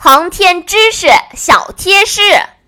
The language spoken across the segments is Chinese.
航天知识小贴士。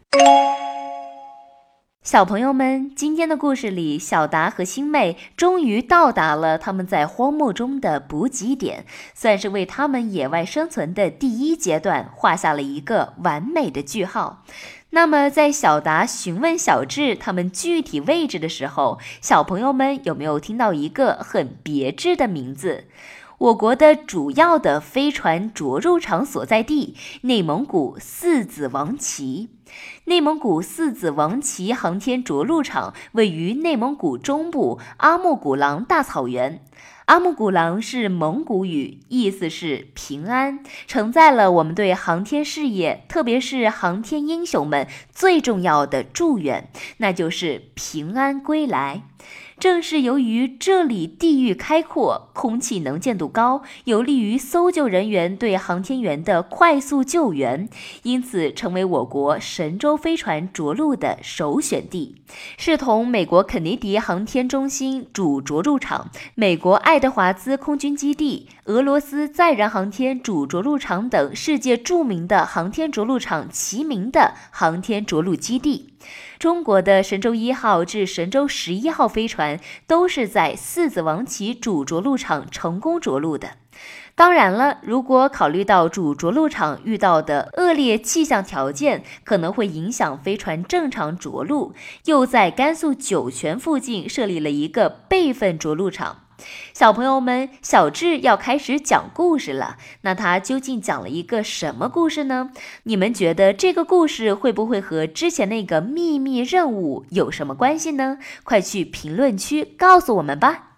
小朋友们，今天的故事里，小达和星妹终于到达了他们在荒漠中的补给点，算是为他们野外生存的第一阶段画下了一个完美的句号。那么在小达询问小智他们具体位置的时候，小朋友们有没有听到一个很别致的名字？我国的主要的飞船着陆场所在地，内蒙古四子王旗。内蒙古四子王旗航天着陆场位于内蒙古中部阿木古朗大草原。阿木古朗是蒙古语，意思是平安，承载了我们对航天事业，特别是航天英雄们最重要的祝愿，那就是平安归来。正是由于这里地域开阔，空气能见度高，有利于搜救人员对航天员的快速救援，因此成为我国神舟飞船着陆的首选地，是同美国肯尼迪航天中心主着陆场、美国爱德华兹空军基地、俄罗斯载人航天主着陆场等世界著名的航天着陆场齐名的航天着陆基地。中国的神舟1号至神舟11号飞船都是在四子王旗主着陆场成功着陆的。当然了，如果考虑到主着陆场遇到的恶劣气象条件可能会影响飞船正常着陆，又在甘肃酒泉附近设立了一个备份着陆场。小朋友们，小智要开始讲故事了，那他究竟讲了一个什么故事呢？你们觉得这个故事会不会和之前那个秘密任务有什么关系呢？快去评论区告诉我们吧。